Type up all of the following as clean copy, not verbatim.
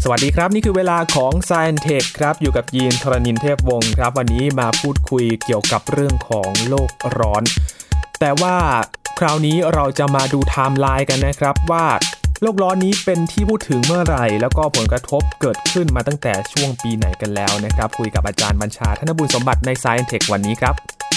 สวัสดีครับนี่คือเวลาของ Science Tech ครับอยู่กับยีนธรณินทร์เทพวงศ์ครับวันนี้มาพูดคุยเกี่ยวกับเรื่องของโลกร้อนแต่ว่าคราวนี้เราจะมาดูไทม์ไลน์กันนะครับว่าโลกร้อนนี้เป็นที่พูดถึงเมื่อไหร่แล้วก็ผลกระทบเกิดขึ้นมาตั้งแต่ช่วงปีไหนกันแล้วนะครับคุยกับอาจารย์บัญชาธนบุญสมบัติใน Science Tech วันนี้ครับ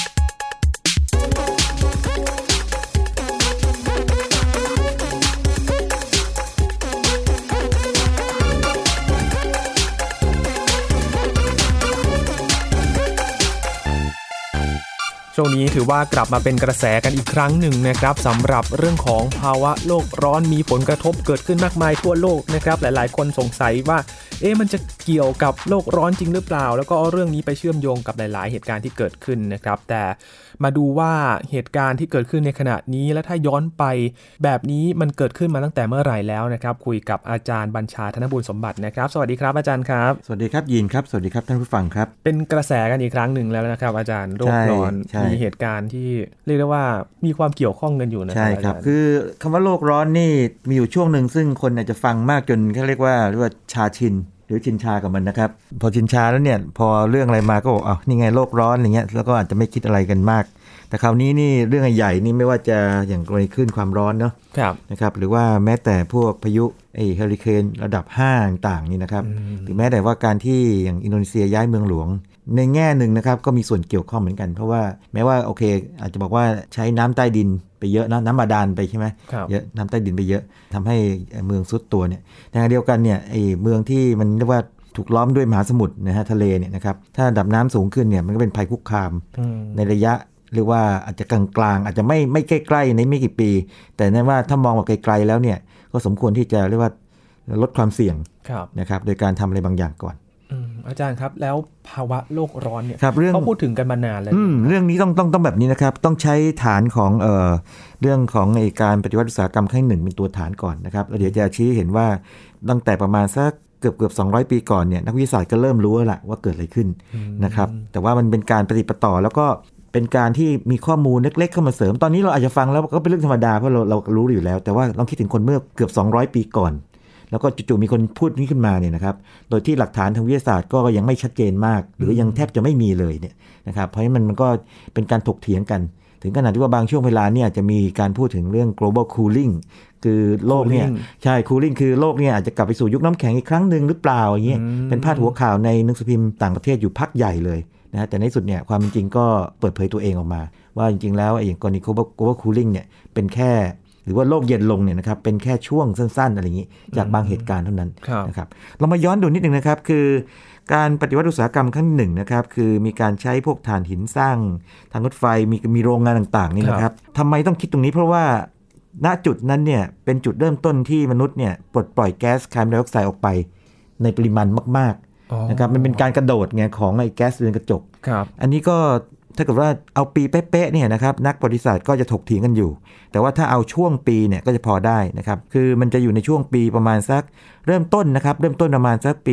ช่วงนี้ถือว่ากลับมาเป็นกระแสกันอีกครั้งหนึ่งนะครับสำหรับเรื่องของภาวะโลกร้อนมีผลกระทบเกิดขึ้นมากมายทั่วโลกนะครับหลายๆคนสงสัยว่ามันจะเกี่ยวกับโลกร้อนจริงหรือเปล่าแล้วก็เอาเรื่องนี้ไปเชื่อมโยงกับหลายๆเหตุการณ์ที่เกิดขึ้นนะครับแต่มาดูว่าเหตุการณ์ที่เกิดขึ้นในขณะนี้และถ้าย้อนไปแบบนี้มันเกิดขึ้นมาตั้งแต่เมื่อไหร่แล้วนะครับคุยกับอาจารย์บัญชาธนบุญสมบัตินะครับสวัสดีครับอาจารย์ครับสวัสดีครับยีนครับสวัสดีครับท่านผู้ฟังครับเป็นกระแสกันอีกครั้งหนึ่งแล้วนะครับอาจารย์โลกร้อนมีเหตุการณ์ที่เรียกได้ว่ามีความเกี่ยวข้องกันอยู่นะครับใช่ครับคือคำว่าโลกร้อนนี่มีอยู่ช่วงหนึ่งซึ่งคนอาจจะฟังมากจนเขาเรียกว่าชาชินหรือชินชากับมันนะครับพอชินชาแล้วเนี่ยพอเรื่องอะไรมาก็บอกนี่ไงโลกร้อนอย่างเงี้ยแล้วก็อาจจะไม่คิดอะไรกันมากแต่คราวนี้นี่เรื่องใหญ่นี่ไม่ว่าจะอย่างกรณีคลื่นความร้อนเนาะนะครับหรือว่าแม้แต่พวกพายุเฮอริเคนระดับ5ต่างๆนี่นะครับหรือแม้แต่ว่าการที่อย่างอินโดนีเซียย้ายเมืองหลวงในแง่หนึ่งนะครับก็มีส่วนเกี่ยวข้องเหมือนกันเพราะว่าแม้ว่าโอเคอาจจะบอกว่าใช้น้ำใต้ดินไปเยอะนะน้ำบาดาลไปใช่ไหมเยอะน้ำใต้ดินไปเยอะทำให้เมืองซุดตัวเนี่ยแต่เดียวกันเนี่ยเมืองที่มันเรียกว่าถูกล้อมด้วยมหาสมุทรนะฮะทะเลเนี่ยนะครับถ้าระดับน้ำสูงขึ้นเนี่ยมันก็เป็นภัยคุกคามในระยะเรียกว่าอาจจะกลางๆอาจจะไม่ใกล้ๆในไม่กี่ปีแต่นั่นว่าถ้ามองแบบไกลๆแล้วเนี่ยก็สมควรที่จะเรียกว่าลดความเสี่ยงนะครับโดยการทำอะไรบางอย่างก่อนอาจารย์ครับแล้วภาวะโลกร้อนเนี่ยเขาพูดถึงกันมานานแล้วเรื่องนี้ต้องแบบนี้นะครับต้องใช้ฐานของเรื่องของการปฏิวัติอุตสาหกรรมครั้งหนึ่งเป็นตัวฐานก่อนนะครับแล้วเดี๋ยวจะชี้เห็นว่าตั้งแต่ประมาณสักเกือบ200 ปีก่อนเนี่ยนักวิทยาศาสตร์ก็เริ่มรู้แล้วล่ะว่าเกิดอะไรขึ้นนะครับแต่ว่ามันเป็นการปฏิปต่อแล้วก็เป็นการที่มีข้อมูลเล็กๆเข้ามาเสริมตอนนี้เราอาจจะฟังแล้วก็เป็นเรื่องธรรมดาเพราะเรารู้อยู่แล้วแต่ว่าลองคิดถึงคนเมื่อเกือบ200 ปีก่อนแล้วก็จู่ๆมีคนพูดนี้ขึ้นมาเนี่ยนะครับโดยที่หลักฐานทางวิทยาศาสตร์ก็ยังไม่ชัดเจนมากหรือยังแทบจะไม่มีเลยเนี่ยนะครับเพราะฉะนั้นมันก็เป็นการถกเถียงกันถึงขนาดที่ว่าบางช่วงเวลาเนี่ยจะมีการพูดถึงเรื่อง global cooling คือโลกเนี่ยใช่ cooling คือโลกเนี่ยอาจจะกลับไปสู่ยุคน้ำแข็งอีกครั้งนึงหรือเปล่าอย่างเงี้ยเป็นพาดหัวข่าวในหนังสือพิมพ์ต่างประเทศอยู่พักใหญ่เลยนะแต่ในสุดเนี่ยความจริงก็เปิดเผยตัวเองออกมาว่าจริงๆแล้วอย่างกรณี global cooling เนี่ยเป็นแค่หรือว่าโลกเย็นลงเนี่ยนะครับเป็นแค่ช่วงสั้นๆอะไรอย่างนี้จากบางเหตุการณ์เท่านั้นนะครับเรามาย้อนดูนิดนึงนะครับคือการปฏิวัติอุตสาหกรรมครั้งหนึ่งนะครับคือมีการใช้พวกถ่านหินสร้างทางรถไฟมีโรงงานต่างๆนี่นะครับทำไมต้องคิดตรงนี้เพราะว่าณจุดนั้นเนี่ยเป็นจุดเริ่มต้นที่มนุษย์เนี่ยปลดปล่อยแก๊สคาร์บอนไดออกไซด์ออกไปในปริมาณมากๆนะครับมันเป็นการกระโดดไงของไอ้แก๊สเรือนกระจกอันนี้ก็ถ้าเกิดว่าเอาปีเป๊ะๆเนี่ยนะครับนักประวัติศาสตร์ก็จะถกเถียงกันอยู่แต่ว่าถ้าเอาช่วงปีเนี่ยก็จะพอได้นะครับคือมันจะอยู่ในช่วงปีประมาณสักเริ่มต้นนะครับเริ่มต้นประมาณสักปี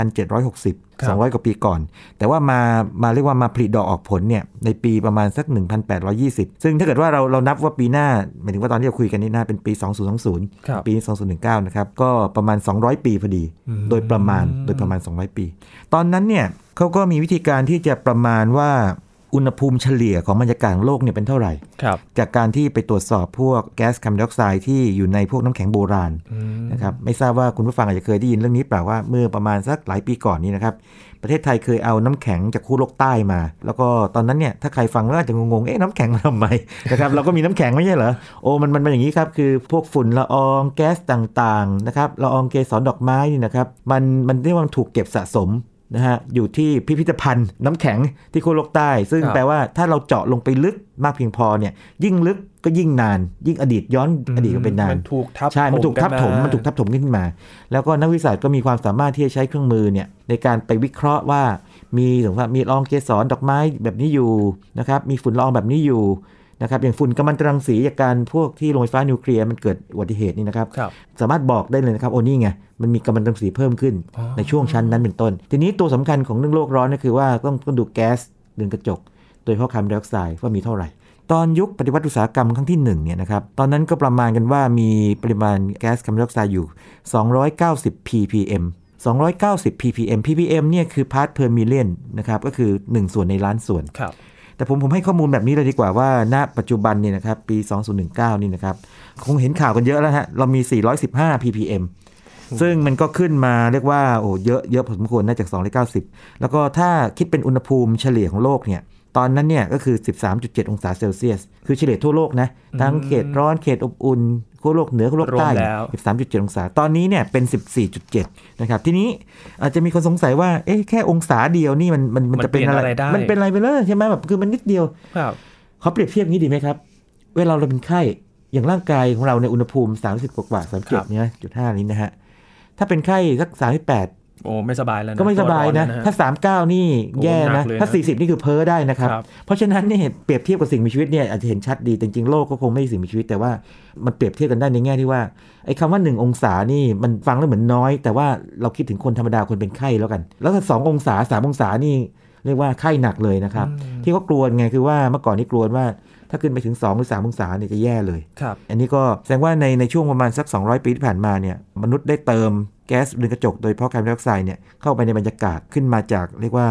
1760 200 กว่าปีก่อนแต่ว่ามาเรียกว่ามาผลิดอกออกผลเนี่ยในปีประมาณสัก1820ซึ่งถ้าเกิดว่าเรานับว่าปีหน้าหมายถึงว่าตอนที่เราคุยกันนี่น่าเป็นปี2020ปี2019นะครับก็ประมาณ200 ปีพอดีโดยประมาณ200 ปีตอนนั้นเนี่ยเขาก็มีวิธีการที่จะประมาณว่าอุณหภูมิเฉลี่ยของบรรยากาศโลกเนี่ยเป็นเท่าไหร่จากการที่ไปตรวจสอบพวกแก๊สคาร์บอนไดออกไซด์ที่อยู่ในพวกน้ำแข็งโบราณนะครับไม่ทราบว่าคุณผู้ฟังอาจจะเคยได้ยินเรื่องนี้เปล่าว่าเมื่อประมาณสักหลายปีก่อนนี้นะครับประเทศไทยเคยเอาน้ำแข็งจากขั้วโลกใต้มาแล้วก็ตอนนั้นเนี่ยถ้าใครฟังแล้วอาจจะงงๆน้ำแข็งมาทำไมนะครับเราก็มีน้ำแข็งไม่ใช่เหรอมันเป็นอย่างนี้ครับคือพวกฝุ่นละอองแก๊สต่างๆนะครับละอองเกสรดอกไม้นี่นะครับมันเรียกว่าถูกเก็บสะสมนะฮะอยู่ที่พิพิธภัณฑ์น้ำแข็งที่ขั้วโลกใต้ซึ่งแปลว่าถ้าเราเจาะลงไปลึกมากเพียงพอเนี่ยยิ่งลึกก็ยิ่งนานยิ่งอดีตย้อนอดีตก็เป็นนานใช่มันถูกทับถมขึ้นมาแล้วก็นักวิทยาศาสตร์ก็มีความสามารถที่จะใช้เครื่องมือเนี่ยในการไปวิเคราะห์ว่ามีถึงว่ามีละอองเกสรดอกไม้แบบนี้อยู่นะครับมีฝุ่นละอองแบบนี้อยู่นะครับอย่างฝุ่นกัมมันตรังสีจากการพวกที่โรงไฟฟ้านิวเคลียร์มันเกิดอุบัติเหตุนี่นะครับสามารถบอกได้เลยนะครับนี่ไงมันมีกัมมันตรังสีเพิ่มขึ้นในช่วงชั้นนั้นเป็นต้นทีนี้ตัวสำคัญของเรื่องโลกร้อนก็คือว่าต้องดูแก๊สเรือนกระจกโดยเฉพาะคาร์บอนไดออกไซด์ว่ามีเท่าไหร่ตอนยุคปฏิวัติอุตสาหกรรมครั้งที่1เนี่ยนะครับตอนนั้นก็ประมาณกันว่ามีปริมาณแก๊สคาร์บอนไดออกไซด์อยู่290 ppm 290 ppm ppm เนี่ยคือ part per million นะครับก็คือ1ส่วนในล้านส่วนแต่ผมให้ข้อมูลแบบนี้เลยดีกว่าว่าณปัจจุบันเนี่ยนะครับปี2019นี่นะครับคงเห็นข่าวกันเยอะแล้วฮะเรามี415 ppm ซึ่งมันก็ขึ้นมาเรียกว่าโอ้เยอะพอสมควรน่าจาก290แล้วก็ถ้าคิดเป็นอุณหภูมิเฉลี่ยของโลกเนี่ยตอนนั้นเนี่ยก็คือ 13.7 องศาเซลเซียสคือเฉลี่ยทั่วโลกนะทั้งเขตร้อนเขตอบอุ่นขั้วโลกเหนือขั้วโลกใต้ 13.7 องศาตอนนี้เนี่ยเป็น 14.7 นะครับทีนี้อาจจะมีคนสงสัยว่าเอ๊ะแค่องศาเดียวนี่มันจะเป็นอะไรมันเป็นอะไรไปเลยใช่ไหมแบบคือมันนิดเดียวเขาเปรียบเทียบงี้ดีไหมครับเวลาเราเป็นไข้อย่างร่างกายของเราในอุณหภูมิ30กว่า37เนี่ย .5 นี้นะฮะถ้าเป็นไข้สัก38 โอ้ไม่สบายแล้วนะก็ไม่สบายนะถ้า39นี่แย่นะถ้า40นี่คือเพ้อได้นะครับเพราะฉะนั้นเนี่ยเปรียบเทียบกับสิ่งมีชีวิตเนี่ยอาจจะเห็นชัดดีแต่จริงๆโลกก็คงไม่ใช่สิ่งมีชีวิตแต่ว่ามันเปรียบเทียบกันได้ในแง่ที่ว่าไอ้คำว่า1องศานี่มันฟังแล้วเหมือนน้อยแต่ว่าเราคิดถึงคนธรรมดาคนเป็นไข้แล้วกันแล้วถ้า2องศา3องศานี่เรียกว่าไข้หนักเลยนะครับที่เขากลัวไงคือว่าเมื่อก่อนนี่กลัวว่าถ้าขึ้นไปถึง2หรือ3องศาเนี่ยจะแย่เลยอันนี้ก็แสดงว่าในช่วงประมาณสัก200ปีที่ผ่านมาเนี่ยมนุษย์ได้เติมแก๊สเรือนกระจกโดยเฉพาะคาร์บอนไดออกไซด์เนี่ยเข้าไปในบรรยากาศขึ้นมาจากเรียกว่า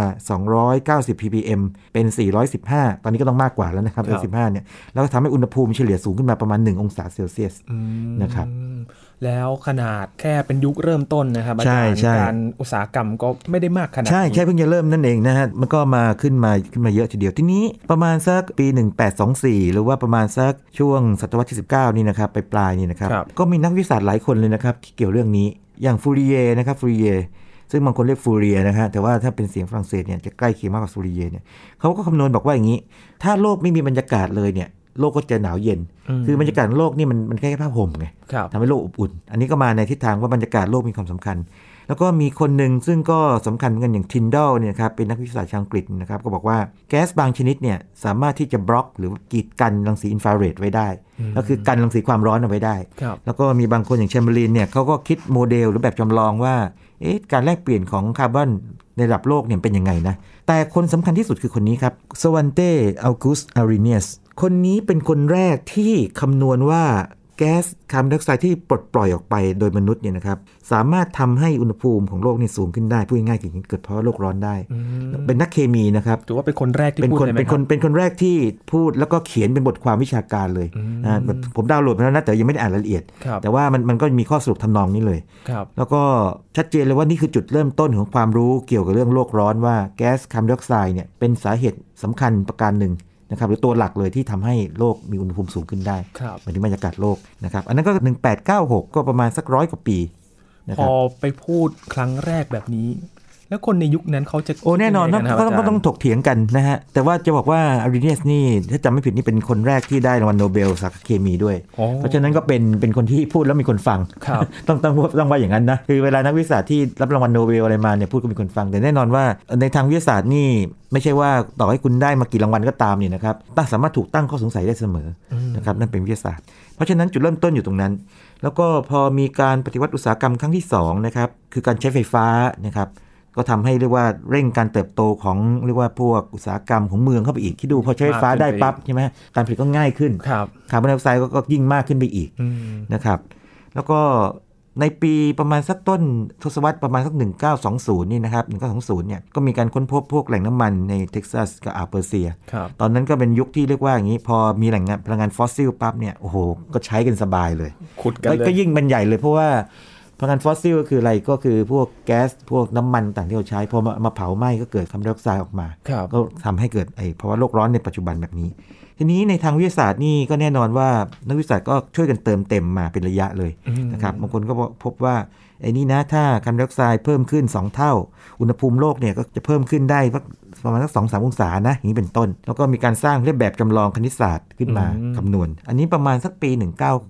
290 ppm เป็น415ตอนนี้ก็ต้องมากกว่าแล้วนะครับ15เนี่ยแล้วก็ทำให้อุณหภูมิเฉลี่ยสูงขึ้นมาประมาณ1องศาเซลเซียสนะครับแล้วขนาดแค่เป็นยุคเริ่มต้นนะครับอาจารย์การอุตสาหกรรมก็ไม่ได้มากขนาดนี้ใช่เพิ่งจะเริ่มนั่นเองนะฮะมันก็มาขึ้นมาเยอะทีเดียวทีนี้ประมาณสักปี1824หรือว่าประมาณสักช่วงศตวรรษที่19นี่นะครับปลายนี่นะครับก็มีนักวิทยาศาสตร์หลายคนเลยนะครับที่เกี่ยวเรื่องนี้อย่างฟูริเยนะครับฟูริเยซึ่งบางคนเรียกฟูเรียนะฮะแต่ว่าถ้าเป็นเสียงฝรั่งเศสเนี่ยจะใกล้เคียงมากกว่าฟูริเยเนี่ยเขาก็คำนวณบอกว่าอย่างนี้ถ้าโลกไม่มีบรรยากาศเลยเนี่ยโลกก็จะหนาวเย็นคือบรรยากาศโลกนี่มันแค่ผ้าห่มไงทำให้โลกอบอุ่นอันนี้ก็มาในทิศทางว่าบรรยากาศโลกมีความสำคัญแล้วก็มีคนหนึ่งซึ่งก็สำคัญเหมือนกันอย่างทินดอลเนี่ยครับเป็นนักวิทยาศาสตร์ชาวอังกฤษนะครับก็บอกว่าแก๊สบางชนิดเนี่ยสามารถที่จะบล็อกหรือกีดกันรังสีอินฟราเรดไว้ได้ก็คือกันรังสีความร้อนเอาไว้ได้แล้วก็มีบางคนอย่างแชมเบอร์ลินเนี่ยเขาก็คิดโมเดลหรือแบบจำลองว่าการแลกเปลี่ยนของคาร์บอนในระดับโลกเนี่ยเป็นยังไงนะแต่คนสำคัญที่สุดคือคนนี้ครับสวันเต้อัลกุสอาริเนียสคนนี้เป็นคนแรกที่คำนวณว่าแก๊สคาร์บอนไดออกไซด์ที่ปลดปล่อยออกไปโดยมนุษย์เนี่ยนะครับสามารถทำให้อุณหภูมิของโลกนี่สูงขึ้นได้พูดง่ายๆคือเกิดเพราะโลกร้อนได้เป็นนักเคมีนะครับถือว่าเป็นคนแรกที่พูดเลยไหมครับเป็นคนแรกที่พูดแล้วก็เขียนเป็นบทความวิชาการเลยผมดาวน์โหลดมาแล้วนะแต่ยังไม่ได้อ่านรายละเอียดแต่ว่ามันก็มีข้อสรุปทำนองนี้เลยแล้วก็ชัดเจนเลยว่านี่คือจุดเริ่มต้นของความรู้เกี่ยวกับเรื่องโลกร้อนว่าแก๊สคาร์บอนไดออกไซด์เนี่ยเป็นสาเหตุสำคัญประการหนึ่งนะครับหรือตัวหลักเลยที่ทำให้โลกมีอุณหภูมิสูงขึ้นได้หมายถึงบรรยากาศโลกนะครับอันนั้นก็1896ก็ประมาณสัก100 กว่าปีพอไปพูดครั้งแรกแบบนี้แล้วคนในยุคนั้นเขาจะแน่นอนก็ต้องถกเถียงกันนะฮะแต่ว่าจะบอกว่าอาริเนียสนี่ถ้าจำไม่ผิดนี่เป็นคนแรกที่ได้รางวัลโนเบลสาขาเคมีด้วยเพราะฉะนั้นก็เป็นคนที่พูดแล้วมีคนฟังต้องว่าอย่างนั้นนะคือเวลานักวิทยาศาสตร์ที่รับรางวัลโนเบลอะไรมาเนี่ยพูดก็มีคนฟังแต่แน่นอนว่าในทางวิทยาศาสตร์นี่ไม่ใช่ว่าต่อให้คุณได้มากี่รางวัลก็ตามเนี่ยนะครับสามารถถูกตั้งข้อสงสัยได้เสมอนะครับนั่นเป็นวิทยาศาสตร์เพราะฉะนั้นจุดเริ่มต้นอยู่ตรงนั้นแล้วก็พอมีการปฏิวัติอุตสาหกรรมครั้งที่2นะครับคือการใช้ไฟฟ้านะครับก็ทำให้เรียกว่าเร่งการเติบโตของเรียกว่าพวกอุตสาหกรรมของเมืองเข้าไปอีกคิดดูพอใช้ไฟฟ้าได้ปั๊บใช่ไหมการผลิตก็ง่ายขึ้นคาร์บอนไดออกไซด์ก็ยิ่งมากขึ้นไปอีกนะครับแล้วก็ในปีประมาณสักต้นทศวรรษประมาณสัก1920นี่นะครับ1920เนี่ยก็มีการค้นพบพวกแหล่งน้ำมันในเท็กซัสกับอ่าวเปอร์เซียตอนนั้นก็เป็นยุคที่เรียกว่าอย่างนี้พอมีแหล่งพลังงานฟอสซิลปั๊บเนี่ยโอ้โหก็ใช้กันสบายเลยขุดกันเลยก็ยิ่งเป็นใหญ่เลยเพราะว่าพลังงานฟอสซิลก็คืออะไรก็คือพวกแก๊สพวกน้ำมันต่างที่เราใช้พอมาเผาไหม้ก็เกิดคาร์บอนไดออกไซด์ออกมาก็ทำให้เกิดภาวะโลกร้อนในปัจจุบันแบบนี้ทีนี้ในทางวิทยาศาสตร์นี่ก็แน่นอนว่านักวิทยาศาสตร์ก็ช่วยกันเติมเต็มมาเป็นระยะเลยนะครับบางคนก็พบว่าไอ้นี่นะถ้าคาร์บอนไดออกไซด์เพิ่มขึ้น2เท่าอุณหภูมิโลกเนี่ยก็จะเพิ่มขึ้นได้ประมาณสัก 2-3 องศานะอย่างนี้เป็นต้นแล้วก็มีการสร้างเรียบแบบจำลองคณิตศาสตร์ขึ้นมาคำนวณอันนี้ประมาณสักปี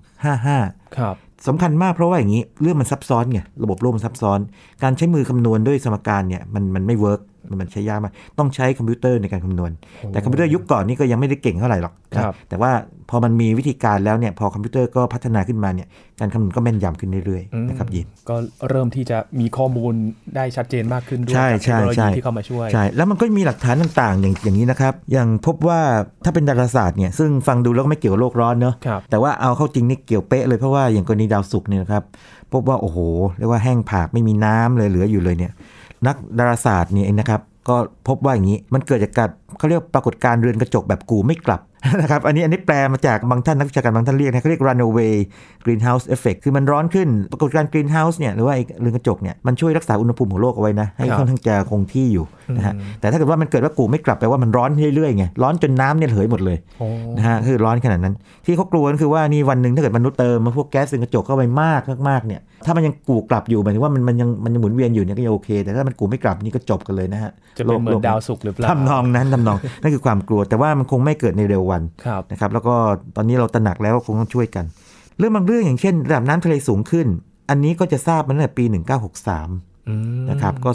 1955ครับสำคัญมากเพราะว่าอย่างนี้เรื่องมันซับซ้อนไงระบบโลกมันซับซ้อนการใช้มือคำนวณด้วยสมการเนี่ยมันไม่เวิร์กมันใช้ยากมากต้องใช้คอมพิวเตอร์ในการคำนวณแต่คอมพิวเตอร์ยุคก่อนนี่ก็ยังไม่ได้เก่งเท่าไหร่หรอกแต่ว่าพอมันมีวิธีการแล้วเนี่ยพอคอมพิวเตอร์ก็พัฒนาขึ้นมาเนี่ยการคำนวณก็แม่นยำขึ้นเรื่อยๆนะครับยินก็เริ่มที่จะมีข้อมูลได้ชัดเจนมากขึ้นด้วยกับเทคโนโลยีที่เข้ามาช่วยใช่แล้วมันก็มีหลักฐานต่างๆอย่างนี้นะครับอย่างพบว่าถ้าเป็นดาราศาสตร์เนี่ยซึ่งฟังดูแล้วก็ไม่เกี่ยวกับโลกร้อนเนอะแต่ว่าเอาเข้าจริงนี่เกี่ยวเป๊ะเลยเพราะว่าอย่างกรณีดาวศุกร์เนี่ยนะครับพบว่าโอ้โหเรียกว่าแห้งผากไม่มีน้ำเลยเหลืออยู่เลยเนี่ยนักดาราศาสตร์นี่เองนะครับก็พบว่าอย่างนี้มันเกิดจากการเขาเรียกปรากฏการณ์เรือนกระจกแบบกูไม่กลับนะครับอันนี้แปลมาจากบางท่านนักวิชาการบางท่านเรียกนะเขาเรียก runaway greenhouse effect คือมันร้อนขึ้นปรากฏการณ์ greenhouse เนี่ยหรือว่าเรือนกระจกเนี่ยมันช่วยรักษาอุณหภูมิของโลกเอาไว้นะให้ค่อนข้างจะคงที่อยู่นะฮะแต่ถ้าเกิดว่ามันเกิดว่ากูไม่กลับแปลว่ามันร้อนเรื่อยๆไงร้อนจนน้ำเนี่ยเหยหมดเลยนะฮะคือร้อนขนาดนั้นที่เขากลัวก็คือว่านี่วันนึงถ้าเกิดมนุษย์เติมมาพวกแก๊สเรือนกระจกเข้าไปมากเนี่ยถ้ามันยังกูกลับอยู่หมายถึงว่ามันยังหมุนเวียนอยู่เนี่ยก็ยังโอเคแต่ถ้ามันกูไม่กลับนี่ก็จบกันเลยนะฮะจะเป็นเหมือนดาวศุกร์หรือเปล่าทำนองนั่นคือความกลัวแต่ว่ามันคงไม่เกิดในเร็ววันนะครับแล้วก็ตอนนี้เราตระหนักแล้วคงต้องช่วยกันเรื่องบางเรื่องอย่างเช่นระดับน้ำทะเลสูงขึ้นอันนี้ก็จะทราบมาตั้งแต่ปี1963นะครับก็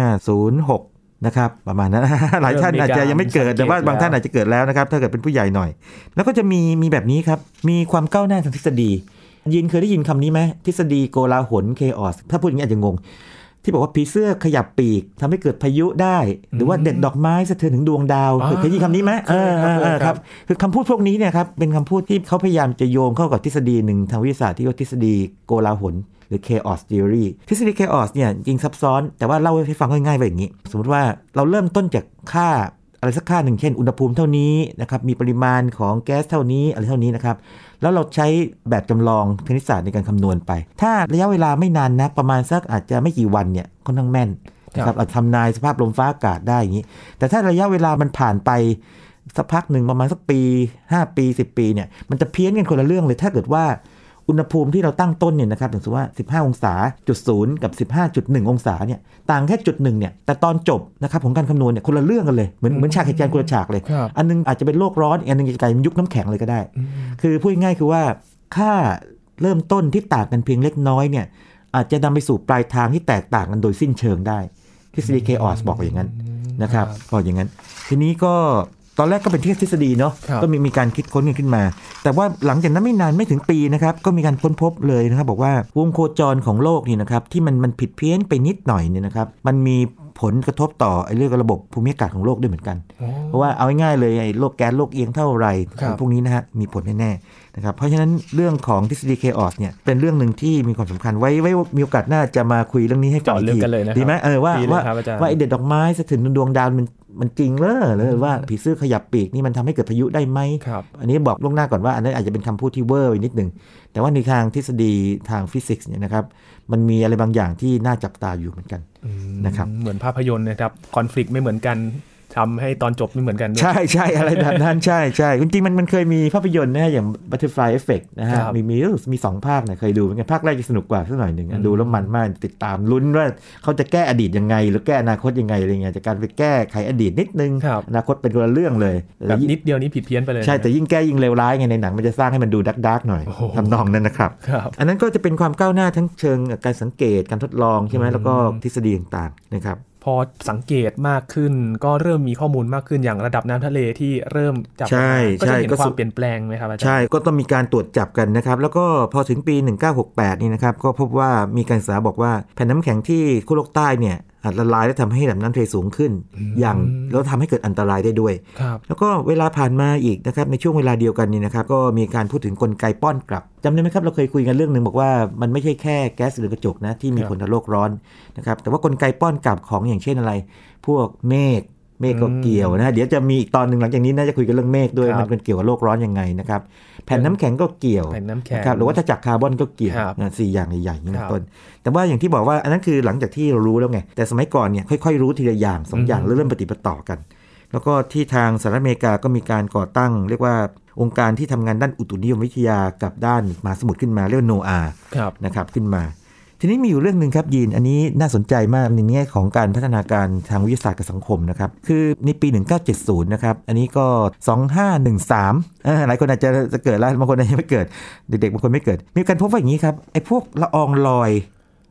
2506นะครับประมาณนั้นหลายท่านอาจจะยังไม่เกิดแต่ว่าบางท่านอาจจะเกิดแล้วนะครับถ้าเกิดเป็นผู้ใหญ่หน่อยแล้วก็จะมีแบบนี้ครับมีความก้าวหน้าทางทฤษฎียินเคยได้ยินคำนี้ไหมทฤษฎีโกลาหล chaos ถ้าพูดอย่างนี้อาจจะงงที่บอกว่าผีเสื้อขยับปีกทำให้เกิดพายุได้หรือว่าเด็ดดอกไม้สะเทือนถึงดวงดาวเคยได้ยินคำนี้ไหมครับคือคำพูดพวกนี้เนี่ยครับเป็นคำพูดที่เขาพยายามจะโยงเข้ากับทฤษฎีหนึ่งทางวิทยาศาสตร์ที่เรียกว่าทฤษฎีโกลาหลหรือ chaos theory ทฤษฎี chaos เนี่ยจริงซับซ้อนแต่ว่าเล่าให้ฟังง่ายๆแบบนี้สมมติว่าเราเริ่มต้นจากค่าอะไรสักค่าหนึ่งเช่นอุณหภูมิเท่านี้นะครับมีปริมาณของแก๊สเท่านี้อะไรเท่านี้นะครับแล้วเราใช้แบบจำลองคณิตศาสตร์ในการคำนวณไปถ้าระยะเวลาไม่นานนักประมาณสักอาจจะไม่กี่วันเนี่ยค่อนข้างแม่นนะครับอาจทำนายสภาพลมฟ้าอากาศได้อย่างนี้แต่ถ้าระยะเวลามันผ่านไปสักพักหนึ่งประมาณสักปี5ปี10ปีเนี่ยมันจะเพี้ยนกันคนละเรื่องเลยถ้าเกิดว่าอุณหภูมิที่เราตั้งต้นเนี่ยนะครับอย่างสมมติว่า15องศาจุด0กับ 15.1 องศาเนี่ยต่างแค่จุด1เนี่ยแต่ตอนจบนะครับของการคำนวณเนี่ยคนละเรื่องกันเลยเหมือนฉากเหตุการณ์คนละฉากเลยอันนึงอาจจะเป็นโลกร้อนอันนึงจะกลายเป็นยุคน้ำแข็งเลยก็ได้คือพูดง่ายๆคือว่าค่าเริ่มต้นที่ต่างกันเพียงเล็กน้อยเนี่ยอาจจะนำไปสู่ปลายทางที่แตกต่างกันโดยสิ้นเชิงได้ทฤษฎี chaos บอกอย่างนั้นนะครับบอกอย่างนั้นทีนี้ก็ตอนแรกก็เป็นทฤษฎีเนาะก็มีการคิดค้นกันขึ้นมาแต่ว่าหลังจากนั้นไม่นานไม่ถึงปีนะครับก็มีการค้นพบเลยนะครับบอกว่าวงโคจรของโลกนี่นะครับที่มันผิดเพี้ยนไปนิดหน่อยเนี่ยนะครับมันมีผลกระทบต่อไอ้เรื่องระบบภูมิอากาศของโลกด้วยเหมือนกันเพราะว่าเอาง่ายๆเลยไอ้โลกแก๊สโลกเอียงเท่าไหร่พวกนี้นะฮะมีผลแน่ๆนะครับเพราะฉะนั้นเรื่องของทฤษฎี chaos เนี่ยเป็นเรื่องนึงที่มีความสำคัญไว้มีโอกาสหน้าจะมาคุยเรื่องนี้ให้ฟังอีกทีดีไหมว่าไอ้เด็ดดอกไม้สะเทือนดวงดาวมันจริงเลยว่าผีเสื้อขยับปีกนี่มันทำให้เกิดพายุได้ไหมอันนี้บอกล่วงหน้าก่อนว่าอันนั้นอาจจะเป็นคำพูดที่เวอร์ไปนิดนึงแต่ว่าในทางทฤษฎีทางฟิสิกส์เนี่ยนะครับมันมีอะไรบางอย่างที่น่าจับตาอยู่เหมือนกันนะครับเหมือนภาพยนตร์นะครับคอนฟลิกต์ไม่เหมือนกันทำให้ตอนจบไม่เหมือนกันใช่อะไรแบบนั้นใช่จริงๆมันเคยมีภาพยนตร์นะอย่าง Butterfly Effect นะฮะมี2ภาคนะเคยดูเหมือนกันภาคแรกจะสนุกกว่าสักหน่อยนึงดูแล้วมันมากติดตามลุ้นว่าเขาจะแก้อดีตยังไงหรือแก้อนาคตยังไงอะไรเงี้ยจากการไปแก้ไขอดีตนิดนึงอนาคตเป็นคนละเรื่องเลยแบบนิดเดียวนี้ผิดเพี้ยนไปเลยใช่แต่ยิ่งแก้ยิ่งเลวร้ายไงในหนังมันจะสร้างให้มันดูดาร์กหน่อยทำนองนั้นนะครับอันนั้นก็จะเป็นความก้าวหน้าทั้งเชิงการสังเกตการทดลองใช่ไหมแล้วก็ทฤษฎีต่างๆนะครับพอสังเกตมากขึ้นก็เริ่มมีข้อมูลมากขึ้นอย่างระดับน้ำทะเลที่เริ่มจับก็จะเห็นความเปลี่ยนแปลงไหมครับอาจารย์ใช่ก็ต้องมีการตรวจจับกันนะครับแล้วก็พอถึงปี1968นี่นะครับก็พบว่ามีการศึกษาบอกว่าแผ่นน้ำแข็งที่ขั้วโลกใต้เนี่ยอาจละลายและทำให้ระดับน้ำทะเลสูงขึ้นอย่างแล้วทำให้เกิดอันตรายได้ด้วยแล้วก็เวลาผ่านมาอีกนะครับในช่วงเวลาเดียวกันนี่นะครับก็มีการพูดถึงกลไกป้อนกลับจำได้ไหมครับเราเคยคุยกันเรื่องนึงบอกว่ามันไม่ใช่แค่แก๊สเรือนกระจกนะที่มีผลต่อโลกร้อนนะครับแต่ว่ากลไกป้อนกลับของอย่างเช่นอะไรพวกเมฆก็เกี่ยวนะเดี๋ยวจะมีอีกตอนหนึ่งหลังจากนี้น่าจะคุยกันเรื่องเมฆด้วยมันเป็นเกี่ยวกับโลกร้อนยังไงนะครับแผ่นน้ำแข็งก็เกี่ยวนะครับหรือว่าถ้าจากคาร์บอนก็เกี่ยว4อย่างใหญ่ๆนี่ต้นแต่ว่าอย่างที่บอกว่าอันนั้นคือหลังจากที่เรารู้แล้วไงแต่สมัยก่อนเนี่ยค่อยๆรู้ทีละอย่าง2อย่างแล้วเริ่มปฏิบัติต่อกันแล้วก็ที่ทางสหรัฐอเมริกาก็มีการก่อตั้งเรียกว่าองค์การที่ทำงานด้านอุตุนิยมวิทยากับด้านมหาสมุทรขึ้นมาเรียกว่า NOAA นะครับขึ้นมาทีนี้มีอยู่เรื่องนึงครับยีนอันนี้น่าสนใจมากในแง่ของการพัฒนาการทางวิทยาศาสตร์กับสังคมนะครับคือในปี1970นะครับอันนี้ก็2513หลายคนอาจจะเกิดแล้วบางคนอาจจะไม่เกิดเด็กๆบางคนไม่เกิดมีการพบว่าอย่างนี้ครับไอ้พวกละอองลอย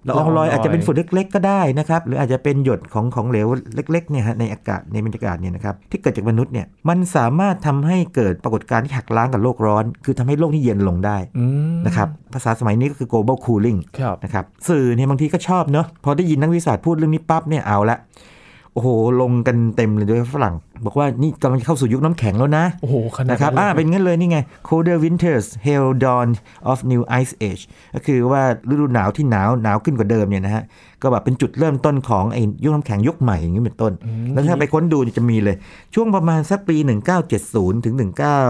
ละอองลอยอาจจะเป็นฝุ่นเล็กๆก็ได้นะครับหรืออาจจะเป็นหยดของเหลวเล็กๆเนี่ยฮะในอากาศในบรรยากาศเนี่ยนะครับที่เกิดจากมนุษย์เนี่ยมันสามารถทำให้เกิดปรากฏการณ์ที่หักล้างกับโลกร้อนคือทำให้โลกนี้เย็นลงได้นะครับภาษาสมัยนี้ก็คือ global cooling นะครับสื่อเนี่ยบางทีก็ชอบเนาะพอได้ยินนักวิทยาศาสตร์พูดเรื่องนี้ปั๊บเนี่ยเอาละโอ้โหลงกันเต็มเลยด้วยฝรั่งบอกว่านี่กำลังเข้าสู่ยุคน้ำแข็งแล้วนะโอ้โหขนาดนะครับเป็นงั้นเลยนี่ไง colder winters hail dawn of new ice age ก็คือว่าฤดูหนาวที่หนาวขึ้นกว่าเดิมเนี่ยนะฮะก็แบบเป็นจุดเริ่มต้นของไอ้ยุคน้ำแข็งยุคใหม่อย่างนี้เป็นต้นแล้วถ้าไปค้นดูจะมีเลยช่วงประมาณสักปี1970ถึง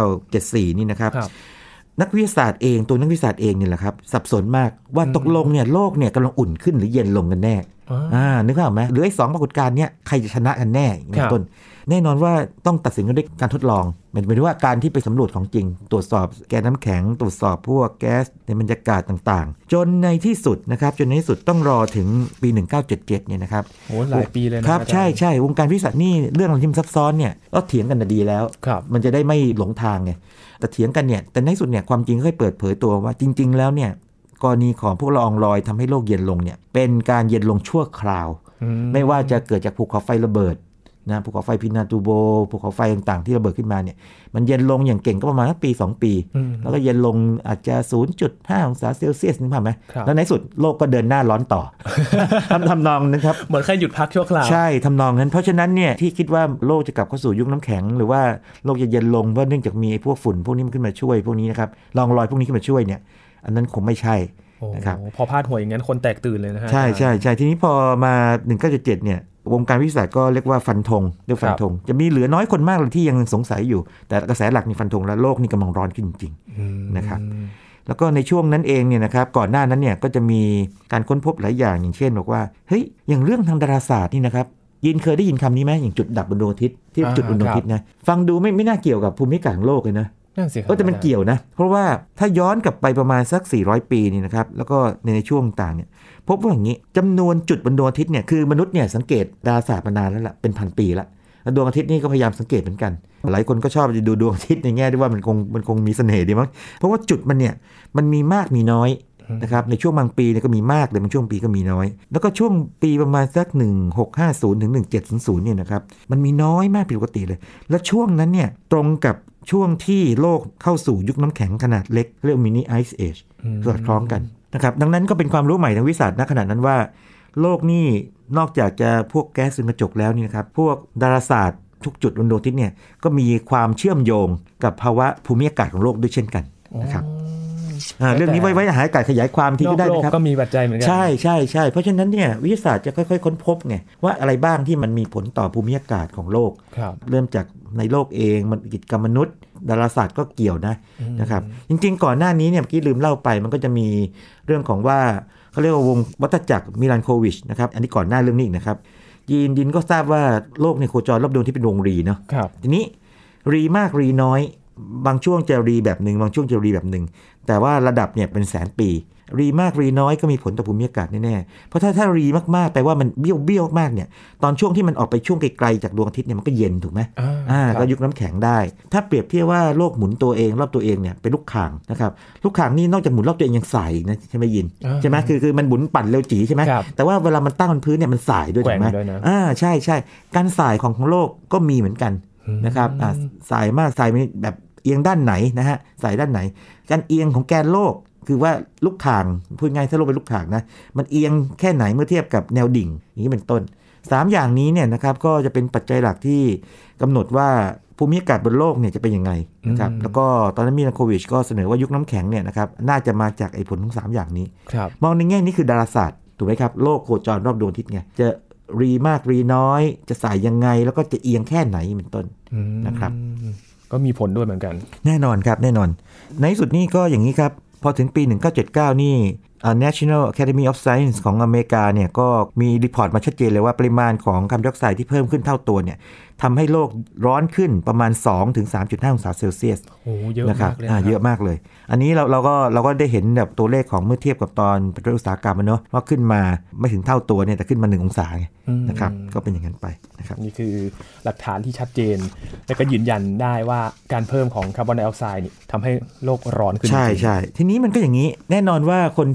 1974นี่นะครับนักวิทยาศาสตร์เองตัวนักวิทยาศาสตร์เองเนี่ยแหละครับสับสนมากว่าตกลงเนี่ยโลกเนี่ยกำลังอุ่นขึ้นหรือเย็นลงกันแน่นึกภาพไหมหรือไอ้2ปรากฏการณ์เนี่ยใครจะชนะกันแน่เป็นต้นแน่นอนว่าต้องตัดสินกันด้วยการทดลองหมายถึงว่าการที่ไปสำรวจของจริงตรวจสอบแกนน้ำแข็งตรวจสอบพวกแก๊สในบรรยากาศต่างๆจนในที่สุดนะครับจนในที่สุดต้องรอถึงปี1977เนี่ยนะครับโอ้หลายปีเลยนะครับใช่วงการวิทยาศาสตร์นี่เรื่องที่มันซับซ้อนเนี่ยก็เถียงกันดีแล้วมันจะได้ไม่หลงทางไงแต่เถียงกันเนี่ยแต่ในที่สุดเนี่ยความจริงค่อยเปิดเผยตัวว่าจริงๆแล้วเนี่ยกรณีของพวกละอองลอยทำให้โลกเย็นลงเนี่ยเป็นการเย็นลงชั่วคราวไม่ว่าจะเกิดจากภูเขาไฟระเบิดนะภูเขาไฟพินาตูโบภูเขาไฟต่างๆที่ระเบิดขึ้นมาเนี่ยมันเย็นลงอย่างเก่งก็ประมาณปี2ปีแล้วก็เย็นลงอาจจะ 0.5 องศาเซลเซียสนึกภาพไหมแล้วในสุดโลกก็เดินหน้าร้อนต่อ ทำนองนะครับเหมือนแค่หยุดพักชั่วคราวใช่ทำนองนั้นเพราะฉะนั้นเนี่ยที่คิดว่าโลกจะกลับเข้าสู่ยุคน้ำแข็งหรือว่าโลกจะเย็นลงเพราะเนื่องจากมีพวกฝุ่นพวกนี้มันขึ้นมาช่วยพวกนี้นะครับละอองลอยพวกนี้ขึ้นมาช่วยเนี่ยอันนั้นคงไม่ใช่นะครับพอพาดหัวอย่างนั้นคนแตกตื่นเลยนะฮะใช่ทีนี้พอมา1977เนี่ยวงการวิทยาศาสตร์ก็เรียกว่าฟันธงจะมีเหลือน้อยคนมากเลยที่ยังสงสัยอยู่แต่กระแสหลักนี่ฟันธงแล้วโลกนี่กำลังร้อนขึ้นจริงๆนะครับแล้วก็ในช่วงนั้นเองเนี่ยนะครับก่อนหน้านั้นเนี่ยก็จะมีการค้นพบหลายอย่างอย่างเช่นบอกว่าเฮ้ยอย่างเรื่องทางดาราศาสตร์นี่นะครับยินเคยได้ยินคำนี้ไหมอย่างจุดดับบนดวงอาทิตย์ที่จุดบนดวงอาทิตย์นะฟังดูไม่น่าเกี่ยวกับภูมิอากาศของโลกเลยนะแต่มันเกี่ยวนะเพราะว่าถ้าย้อนกลับไปประมาณสัก400ปีนี่นะครับแล้วก็ในช่วงต่างเนี่ยพบว่าอย่างนี้จำนวนจุดบนดวงอาทิตย์เนี่ยคือมนุษย์เนี่ยสังเกตดาราศาสตร์มานานแล้วล่ะเป็นพันปีแล้วดวงอาทิตย์นี่ก็พยายามสังเกตเหมือนกันหลายคนก็ชอบดูดวงอาทิตย์ในแง่ที่ว่ามันคงมีเสน่ห์ดีมั้งเพราะว่าจุดมันเนี่ยมันมีมากมีน้อยนะครับในช่วงบางปีเนี่ยก็มีมากเลยบางช่วงปีก็มีน้อยแล้วก็ช่วงปีประมาณสัก1650ถึง1700เนี่ยนะครับมันมีน้อยมากผิดปกติเลยแล้วช่วงนั้นเนี่ยตรงกับช่วงที่โลกเข้าสู่ยุคน้ำแข็งขนาดเล็กเรียกมินิไอซ์เอจสอดคล้องกันนะครับดังนั้นก็เป็นความรู้ใหม่ทางวิทยาศาสตร์ณขณะนั้นว่าโลกนี่นอกจากจะพวกแก๊สเรือนกระจกแล้วนี่นะครับพวกดาราศาสตร์ทุกจุดบนดวงอาทิตย์เนี่ยก็มีความเชื่อมโยงกับภาวะภูมิอากาศของโลกด้วยเช่นกันนะครับเรื่องนี้ไว้หาอากาศขยายความที่ก็ได้นะครับก็มีปัจจัยเหมือนกันใช่เพราะฉะนั้นเนี่ยวิทยาศาสตร์จะค่อยๆค้นพบไงว่าอะไรบ้างที่มันมีผลต่อภูมิอากาศของโลกเริ่มจากในโลกเองมันกิจกรรมมนุษย์ดาราศาสตร์ก็เกี่ยวนะครับจริงๆก่อนหน้านี้เนี่ยเมื่อกี้ลืมเล่าไปมันก็จะมีเรื่องของว่าเขาเรียกว่าวงวัฏจักรมิลันโควิชนะครับอันนี้ก่อนหน้าเรื่องนี้อีกนะครับยีนดินก็ทราบว่าโลกในโคจรรอบดวงที่เป็นวงรีเนาะทีนี้รีมากรีน้อยบางช่วงจะรีแบบนึงบางช่วงจะรีแบบนึงแต่ว่าระดับเนี่ยเป็นแสนปีรีมากรีน้อยก็มีผลต่อภูมิอากาศแน่ๆเพราะถ้ารีมากๆแปลว่ามันเบี้ยวมากเนี่ยตอนช่วงที่มันออกไปช่วงไกลๆจากดวงอาทิตย์เนี่ยมันก็เย็นถูกไหมก็ยุคน้ำแข็งได้ถ้าเปรียบเทียบว่าโลกหมุนตัวเองรอบตัวเองเนี่ยเป็นลูกข่างนะครับลูกข่างนี่นอกจากหมุนรอบตัวเองยังสายนะใช่ไหมยินใช่ไหมคือมันหมุนปั่นเร็วจีใช่ไหมแต่ว่าเวลามันตั้งบนพื้นเนี่ยมันสายด้วยถูกไหมใช่การสายของโลกก็มีเหมือนกันนะครับสายมากสายแบบเอียงด้านไหนนะฮะสายด้านไหนการเอียงของแกนโลกคือว่าลูกข่างพูดง่ายถ้าโลกเป็นลูกข่างนะมันเอียงแค่ไหนเมื่อเทียบกับแนวดิ่งอย่างนี้เป็นต้น3อย่างนี้เนี่ยนะครับก็จะเป็นปัจจัยหลักที่กำหนดว่าภูมิอากาศบนโลกเนี่ยจะเป็นยังไงนะครับแล้วก็ตอนนั้นมิลันโควิชก็เสนอว่ายุคน้ำแข็งเนี่ยนะครับน่าจะมาจากไอ้ผลทั้ง3อย่างนี้มองในแง่นี้คือดาราศาสตร์ถูกไหมครับโลกโคจรรอบดวงอาทิตย์ไงจะรีมากรีน้อยจะสายยังไงแล้วก็จะเอียงแค่ไหนเป็นต้นนะครับก็มีผลด้วยเหมือนกันแน่นอนครับแน่นอนในที่สุดนี่ก็อย่างนี้ครับพอถึงปี1979นี่ National Academy of Science ของอเมริกาเนี่ยก็มีรีพอร์ตมาชัดเจนเลยว่าปริมาณของคาร์บอนไดออกไซด์ที่เพิ่มขึ้นเท่าตัวเนี่ยทำให้โลกร้อนขึ้นประมาณ 2-3.5 องศาเซลเซียสเยอะมากเลยเยอะมากเลยอันนี้เราก็ได้เห็นแบบตัวเลขของเมื่อเทียบกับตอนปฏิวัติอุตสาหกรรมเนาะว่าขึ้นมาไม่ถึงเท่าตัวเนี่ยแต่ขึ้นมา1องศานะครับก็เป็นอย่างนั้นไปนะครับนี่คือหลักฐานที่ชัดเจนและก็ยืนยันได้ว่าการเพิ่มของคาร์บอนไดออกไซด์นี่ทำให้โลกร้อนขึ้นใช่ทีนี้มันก็อย่างนี้แน่นอนว่าคนที่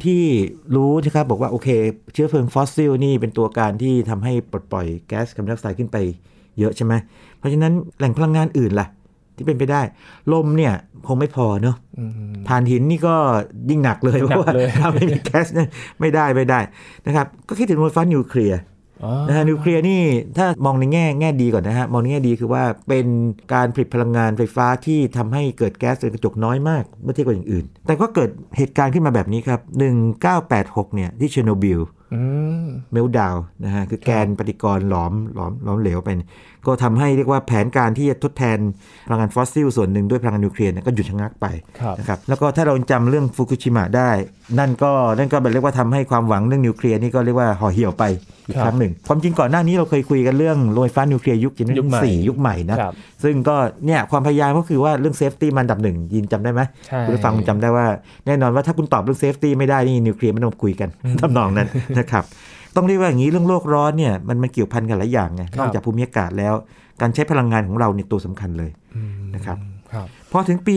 ที่รู้นะครับบอกว่าโอเคเชื้อเพลิงฟอสซิลนี่เป็นตัวการที่ทำให้ปลดปล่อยแก๊สคาร์บอนไดออกไซด์ขึ้นไปเยอะใช่ไหมเพราะฉะนั้นแหล่งพลังงานอื่นล่ะที่เป็นไปได้ลมเนี่ยคงไม่พอเนาะถ่านหินนี่ก็ยิ่งหนักเลยเพราะว่าถ้าไม่มีแก๊สเนี่ยไม่ได้นะครับก็คิดถึงโรงไฟฟ้านิวเคลียร์นะฮะนิวเคลียร์นี่ถ้ามองในแง่ดีก่อนนะฮะมองในแง่ดีคือว่าเป็นการผลิตพลังงานไฟฟ้าที่ทำให้เกิดแก๊สเรือนกระจกน้อยมากเมื่อเทียบกับอย่างอื่นแต่ก็เกิดเหตุการณ์ขึ้นมาแบบนี้ครับ1986เนี่ยที่เชอร์โนบิลเมลดาวนะฮะคือแกนปฏิกรณ์หลอมเหลวไปก็ทำให้เรียกว่าแผนการที่จะทดแทนพลังงานฟอสซิลส่วนหนึ่งด้วยพลังงานนิวเคลียร์ก็หยุดชะงักไปนะครับแล้วก็ถ้าเราจำเรื่องฟุกุชิมะได้นั่นก็เรียกว่าทำให้ความหวังเรื่องนิวเคลียร์นี่ก็เรียกว่าห่อเหี่ยวไปอีกครั้งหนึ่งความจริงก่อนหน้านี้เราเคยคุยกันเรื่องโรงไฟฟ้านิวเคลียร์ยุค4ยุคใหม่นะซึ่งก็เนี่ยความพยายามก็คือว่าเรื่องเซฟตี้มันอันดับหนึ่งยินจำได้ไหมคุณผู้ฟังจำได้ว่าแน่นอนว่าถ้าคุณตอบเรื่องเซฟตี้ไม่ได้นี่นิวเคลียร์ไม่ต้องคุยกันทำนองนั้นนะครับต้องเรียกว่าอย่างนี้เรื่องโลกร้อนเนี่ยมันเกี่ยวพันกันหลายอย่างไงนอกจากภูมิอากาศแล้วการใช้พลังงานของเราเนี่ยตัวสำคัญเลยนะครับพอถึงปี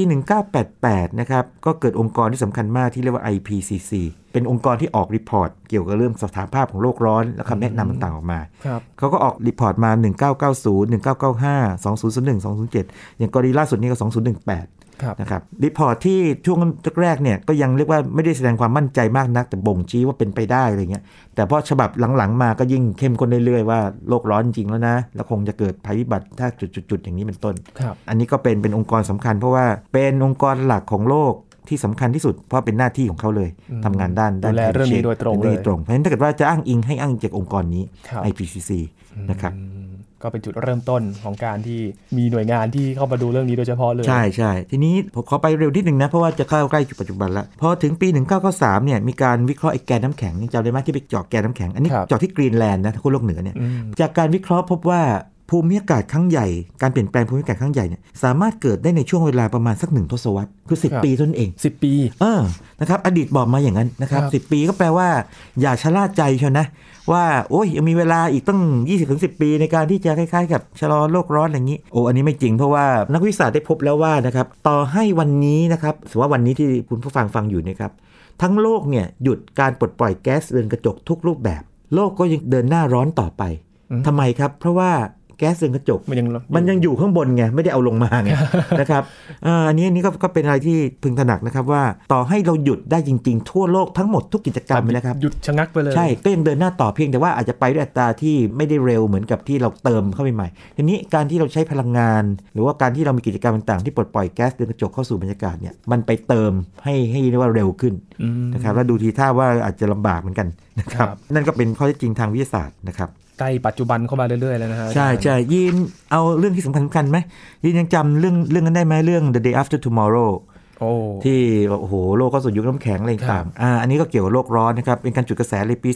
1988นะครับก็เกิดองค์กรที่สำคัญมากที่เรียกว่า IPCC เป็นองค์กรที่ออกรีพอร์ตเกี่ยวกับเรื่องสถานภาพของโลกร้อนและคำแนะนำต่างๆออกมาเขาก็ออกรีพอร์ตมา1990 1995 2001 2007อย่างกรณีล่าสุดนี้ก็2018นะครับรีพอร์ตที่ช่วงแรกเนี่ยก็ยังเรียกว่าไม่ได้แสดงความมั่นใจมากนักแต่บ่งชี้ว่าเป็นไปได้อะไรเงี้ยแต่พอฉบับหลังๆมาก็ยิ่งเข้มข้นเรื่อยๆว่าโลกร้อนจริงแล้วนะแล้วคงจะเกิดภัยพิบัติถ้าจุดๆอย่างนี้เป็นต้นอันนี้ก็เป็นองค์กรสำคัญเพราะว่าเป็นองค์กรหลักของโลกที่สำคัญที่สุดเพราะเป็นหน้าที่ของเขาเลยทำงานด้านเรื่องนี้โดยตรงเลยเพราะฉะนั้นถ้าเกิดว่าจะอ้างอิงให้อ้างจากองค์กรนี้ IPCC นะครับก็เป็นจุดเริ่มต้นของการที่มีหน่วยงานที่เข้ามาดูเรื่องนี้โดยเฉพาะเลยใช่ทีนี้ผมขอไปเร็วนิดนึงนะเพราะว่าจะเข้าใกล้จุดปัจจุบันแล้วพอถึงปี1993เนี่ยมีการวิเคราะห์ไอ้แกนน้ำแข็งจำได้ไหมที่ไปเจาะแกนน้ำแข็งอันนี้เจาะที่กรีนแลนด์นะขั้วโลกเหนือเนี่ยจากการวิเคราะห์พบว่าภูมิอากาศครั้งใหญ่การเปลี่ยนแปลงภูมิอากาศครั้งใหญ่เนี่ยสามารถเกิดได้ในช่วงเวลาประมาณสัก1ทศวรรษคือ10 ปีเท่านั้นเอง 10 ปีนะครับอดีตบอกมาอย่างนั้นนะครับ10 ปีก็แปลว่าอย่าชะล่าใจเชียวนะว่าโอ้ยยังมีเวลาอีกตั้ง 20-10 ปีในการที่จะคล้ายๆกับชะลอโลกร้อนอย่างนี้อันนี้ไม่จริงเพราะว่านักวิทยาศาสตร์ได้พบแล้วว่านะครับต่อให้วันนี้นะครับสมมติว่าวันนี้ที่คุณผู้ฟังอยู่นะครับทั้งโลกเนี่ยหยุดการปลดปล่อยแก๊สเรือนกระจกทุกรูปแบบโลกก็ยังเดินหน้าร้อนต่อไปทำไมครับเพราะว่าแก๊สเรือนกระจกมันยังอยู่ข้างบนไงไม่ได้เอาลงมาไง นะครับอันนี้ก็เป็นอะไรที่พึงตระหนักนะครับว่าต่อให้เราหยุดได้จริงๆทั่วโลกทั้งหมดทุกกิจกรรมนะครับหยุดชะงักไปเลยใช่ก็ยังเดินหน้าต่อเพียงแต่ว่าอาจจะไปด้วยอัตราที่ไม่ได้เร็วเหมือนกับที่เราเติมเข้าไปใหม่ทีนี้การที่เราใช้พลังงานหรือว่าการที่เรามีกิจกรรมต่างๆที่ปลดปล่อยแก๊สเรือนกระจกเข้าสู่บรรยากาศเนี่ยมันไปเติมให้เรียกว่าเร็วขึ้นนะครับแล้วดูทีท่าว่าอาจจะลำบากเหมือนกันนะครับนั่นก็เป็นข้อเท็จจริงทางวิทยาศาสตร์นะครับใกล้ปัจจุบันเข้ามาเรื่อยๆแล้วนะฮะใช่ยินเอาเรื่องที่สำคัญไหมยินยังจำเรื่องนั้นได้ไหมเรื่อง The Day After Tomorrow ที่โอ้โหโลกก็สู่ยุคน้ำแข็งอะไรต่างอันนี้ก็เกี่ยวกับโลกร้อนนะครับเป็นการจุดกระแสในปี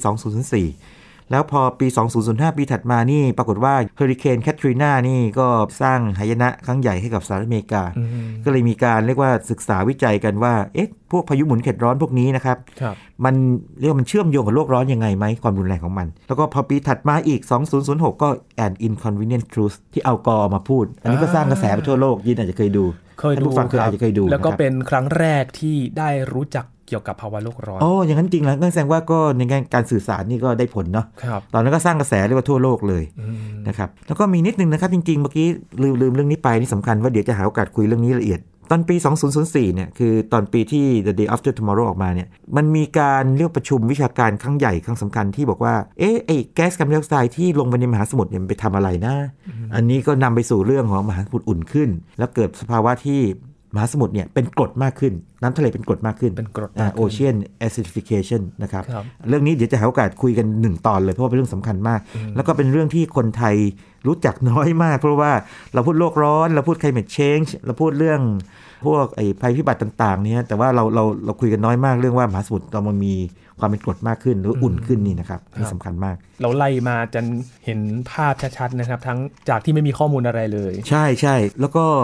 2004แล้วพอปี2005ปีถัดมานี่ปรากฏว่าเฮอริเคนแคทรีนานี่ก็สร้างหายนะครั้งใหญ่ให้กับสหรัฐอเมริกาก็เลยมีการเรียกว่าศึกษาวิจัยกันว่าพวกพายุหมุนเขตร้อนพวกนี้นะครับมันเรียกว่ามันเชื่อมโยงกับโลกร้อนยังไงไหมความรุนแรงของมันแล้วก็พอปีถัดมาอีก2006ก็ An Inconvenient Truth ที่อัลกอร์มาพูดอันนี้ก็สร้างกระแสไปทั่วโลกยินอาจจะเคยดูผู้ฟังอาจจะเคยดูแล้วก็เป็นครั้งแรกที่ได้รู้จักเกี่ยวกับภาวะโลกร้อนอย่างนั้นจริงแล้วนั่นแสดงว่าก็ในการสื่อสารนี่ก็ได้ผลเนาะตอนนั้นก็สร้างกระแสเรียกว่าทั่วโลกเลยนะครับแล้วก็มีนิดนึงนะครับจริงๆเมื่อกี้ลืมเรื่องนี้ไปนี่สำคัญว่าเดี๋ยวจะหาโอกาสคุยเรื่องนี้ละเอียดตอนปี2004เนี่ยคือตอนปีที่ The Day After Tomorrow ออกมาเนี่ยมันมีการเรียกประชุมวิชาการครั้งใหญ่ครั้งสำคัญที่บอกว่าไอ้แก๊สคาร์บอนไดออกไซด์ที่ลงไปในมหาสมุทรเนี่ยมันไปทำอะไรนะอันนี้ก็นำไปสู่เรื่องของมหาสมุทรอุ่นขึ้นแล้วเกิดสภาวะที่มหาสมุทรเนี่ยเป็นกรดมากขึ้นน้ำทะเลเป็นกรดมากขึ้นเป็นกรด Ocean acidification นะครับเรื่องนี้เดี๋ยวจะหาโอกาสคุยกัน1ตอนเลยเพราะว่าเป็นเรื่องสำคัญมากแล้วก็เป็นเรื่องที่คนไทยรู้จักน้อยมากเพราะว่าเราพูดโลกร้อนเราพูด climate change เราพูดเรื่องพวกภัยพิบัติต่างๆเนี่ยแต่ว่าเราคุยกันน้อยมากเรื่องว่ามหาสมุทรเรามันมีความเป็นกรดมากขึ้นหรืออุ่นขึ้นนี่นะครับนี่สำคัญมากเราไล่มาจนเห็นภาพชัดๆนะครับทั้งจากที่ไม่มีข้อมูลอะไรเลยใช่แล้วก็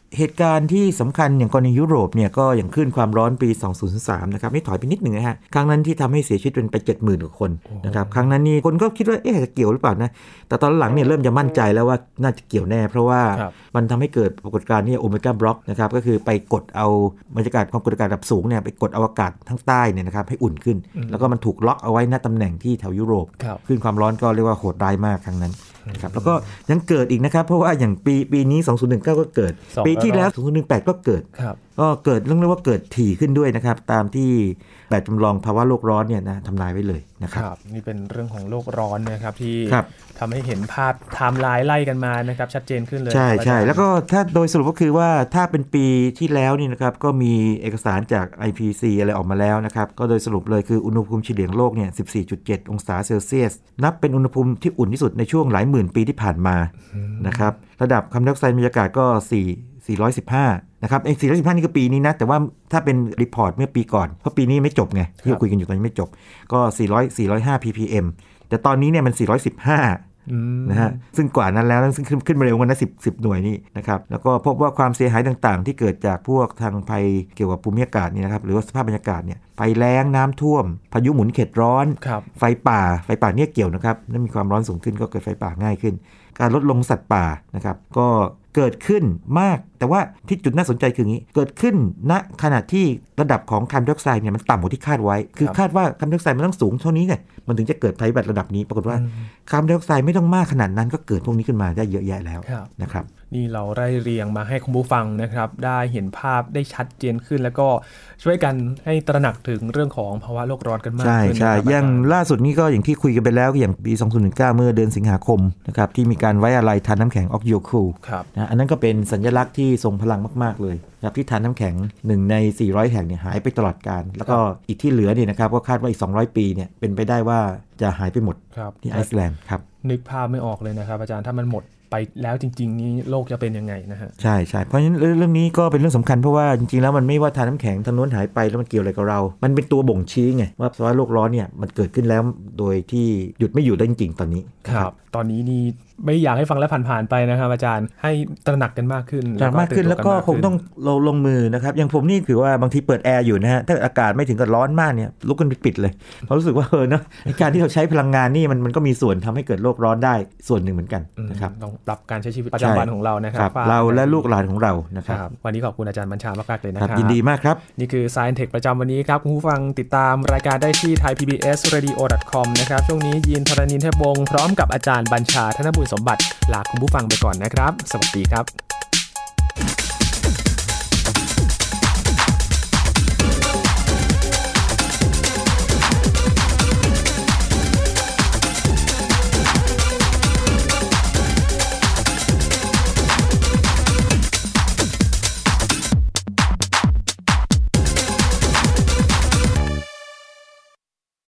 เหตุการณ์ที่สำคัญอย่างกรณียุโรปเนี่ยก็อย่างคลื่นความร้อนปี 2003 นะครับนี่ถอยไปนิดหนึ่งนะฮะครั้งนั้นที่ทำให้เสียชีวิตเป็นไป 70,000 กว่าคนนะครับครั้งนั้นนี่คนก็คิดว่าจะเกี่ยวหรือเปล่านะแต่ตอนหลังเนี่ยเริ่มจะมั่นใจแล้วว่าน่าจะเกี่ยวแน่เพราะว่ามันทำให้เกิดปรากฏการณ์ที่โอเมก้าบล็อกนะครับก็คือไปกดเอาบรรยากาศความกดอากาศระดับสูงเนี่ยไปกดเอาอากาศทั้งใต้เนี่ยนะครับให้อุ่นขึ้นแล้วก็มันถูกล็อกเอาไว้ณตำแหน่งที่แถวยุโรปคลื่นความร้อนก็เรียกว่าโหดร้ายมากครั้งนั้นนะครับแล้วก็ยังเกิดอีกนะครับเพราะว่าอย่างปีนี้2019ก็เกิดปีที่แล้ว2018ก็เกิดก็เกิดเรียกว่าเกิดถี่ขึ้นด้วยนะครับตามที่แบบจำลองภาวะโลกร้อนเนี่ยนะทำนายไว้เลยนะครับนี่เป็นเรื่องของโลกร้อนนะครับที่ทำให้เห็นภาพไทม์ไลน์ไล่กันมานะครับชัดเจนขึ้นเลยใช่แล้วก็ถ้าโดยสรุปก็คือว่าถ้าเป็นปีที่แล้วนี่นะครับก็มีเอกสารจาก IPCC อะไรออกมาแล้วนะครับก็โดยสรุปเลยคืออุณหภูมิเฉลี่ยโลกเนี่ย 14.7 องศาเซลเซียสนับเป็นอุณหภูมิที่อุ่นที่สุดในช่วงหลายหมื่นปีที่ผ่านมานะครับระดับคาร์บอนไดออกไซด์ในอากาศก็415นะครับ415นี่คือปีนี้นะแต่ว่าถ้าเป็นรีพอร์ตเมื่อปีก่อนเพราะปีนี้ไม่จบไงที่เราคุยกันอยู่ตอนนี้ไม่จบก็405 ppm แต่ตอนนี้เนี่ยมัน415นะฮะซึ่งกว่านั้นแล้วซึ่งขึ้นมาเร็วกว่านั้น10หน่วยนี่นะครับแล้วก็พบว่าความเสียหายต่างๆที่เกิดจากพวกทางภัยเกี่ยวกับภูมิอากาศนี่นะครับหรือว่าสภาพบรรยากาศเนี่ยไฟแล้งน้ำท่วมพายุหมุนเขตร้อนไฟป่าเนี่ยเกี่ยวนะครับนั่นมีความร้อนสูงขึ้นก็เกิดไฟป่าง่ายขึ้นการลดลงสัตว์ป่านะครับก็เกิดขึ้นมากแต่ว่าที่จุดน่าสนใจคืออย่างนี้เกิดขึ้นณขณะที่ระดับของคาร์บอนไดออกไซด์เนี่ยมันต่ำกว่าที่คาดไว้คือคาดว่าคาร์บอนไดออกไซด์มันต้องสูงเท่านี้ไงมันถึงจะเกิดภัยพิบัติระดับนี้ปรากฏว่าคาร์บอนไดออกไซด์ไม่ต้องมากขนาดนั้นก็เกิดพวกนี้ขึ้นมาได้เยอะแยะแล้วนะครับนี่เราไล่เรียงมาให้คุณผู้ฟังนะครับได้เห็นภาพได้ชัดเจนขึ้นแล้วก็ช่วยกันให้ตระหนักถึงเรื่องของภาวะโลกร้อนกันมากขึ้นใช่อย่างล่าสุดนี้ก็อย่างที่คุยกันไปแล้วอย่างปี2019เมื่อเดือนสิงหาคมนะครับที่มีการไว้อาลัยทานน้ำแข็งออกโยคูนะอันนั้นก็เป็นสัญลักษณ์ที่ทรงพลังมากๆเลยครับที่ทานน้ำแข็ง1ใน400แห่งเนี่ยหายไปตลอดกาลแล้วก็อีกที่เหลือเนี่ยนะครับก็คาดว่าอีก200ปีเนี่ยเป็นไปได้ว่าจะหายไปหมดที่ไอซ์แลนด์ครับนึกภาพไม่ออกเลยนะครับอาจารย์ถ้ามันหมดไปแล้วจริงๆนี้โลกจะเป็นยังไงนะฮะใช่เพราะฉะนั้นเรื่องนี้ก็เป็นเรื่องสำคัญเพราะว่าจริงๆแล้วมันไม่ว่าทานน้ำแข็งทางโน้นหายไปแล้วมันเกี่ยวอะไรกับเรามันเป็นตัวบ่งชี้ไงว่าภาวะโลกร้อนเนี่ยมันเกิดขึ้นแล้วโดยที่หยุดไม่อยู่ได้จริงๆตอนนี้ครับตอนนี้นี่ไม่อยากให้ฟังแล้วผ่านๆไปนะครับอาจารย์ให้ตระหนักกันมากขึ้นแล้วก็คงต้องลงมือนะครับอย่างผมนี่ถือว่าบางทีเปิดแอร์อยู่นะฮะถ้าอากาศไม่ถึงกับร้อนมากเนี่ยลุกขึ้นปิดเลยเพราะรู้สึกว่าเนอะในการที่เราใช้พลังงานนี่มันก็มีส่วนทำให้เกิดโลกร้อนได้ส่วนหนึ่งเหมือนกันนะครับต้องปรับการใช้ชีวิตประจำวันของเรานะครับเราและลูกหลานของเรานะครับวันนี้ขอบคุณอาจารย์บัญชามากๆเลยนะครับยินดีมากครับนี่คือ Science Tech ประจำวันนี้ครับคุณผู้ฟังติดตามรายการได้ที่ thaipbsradio.com นะครับช่วงนี้ยินธรณินทร์เทพวงศ์พร้อมกับอาจารย์บัญชาธนบุญสมบัติลาคุณผู้ฟังไปก่อนนะครับสวัสดีครับ